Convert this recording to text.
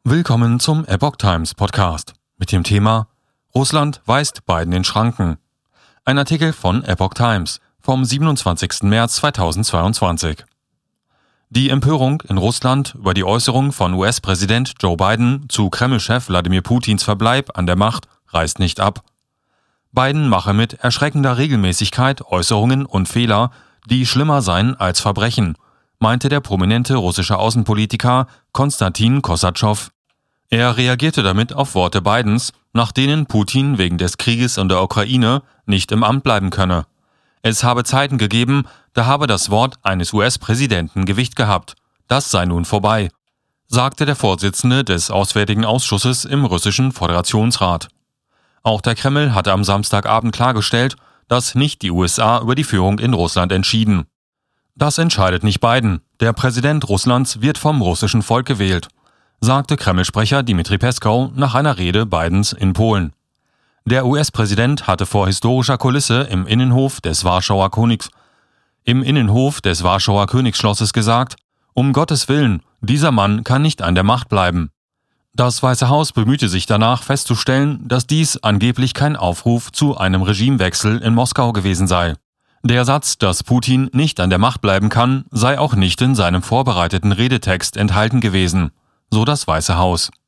Willkommen zum Epoch Times Podcast mit dem Thema Russland weist Biden in Schranken. Ein Artikel von Epoch Times vom 27. März 2022. Die Empörung in Russland über die Äußerung von US-Präsident Joe Biden zu Kreml-Chef Wladimir Putins Verbleib an der Macht reißt nicht ab. Biden mache mit erschreckender Regelmäßigkeit Äußerungen und Fehler, die schlimmer seien als Verbrechen, meinte der prominente russische Außenpolitiker Konstantin Kosatschow. Er reagierte damit auf Worte Bidens, nach denen Putin wegen des Krieges in der Ukraine nicht im Amt bleiben könne. Es habe Zeiten gegeben, da habe das Wort eines US-Präsidenten Gewicht gehabt. Das sei nun vorbei, sagte der Vorsitzende des Auswärtigen Ausschusses im russischen Föderationsrat. Auch der Kreml hatte am Samstagabend klargestellt, dass nicht die USA über die Führung in Russland entschieden. Das entscheidet nicht Biden. Der Präsident Russlands wird vom russischen Volk gewählt, sagte Kreml-Sprecher Dmitri Peskow nach einer Rede Bidens in Polen. Der US-Präsident hatte vor historischer Kulisse im Innenhof des Warschauer Königsschlosses gesagt: Um Gottes Willen, dieser Mann kann nicht an der Macht bleiben. Das Weiße Haus bemühte sich danach festzustellen, dass dies angeblich kein Aufruf zu einem Regimewechsel in Moskau gewesen sei. Der Satz, dass Putin nicht an der Macht bleiben kann, sei auch nicht in seinem vorbereiteten Redetext enthalten gewesen, so das Weiße Haus.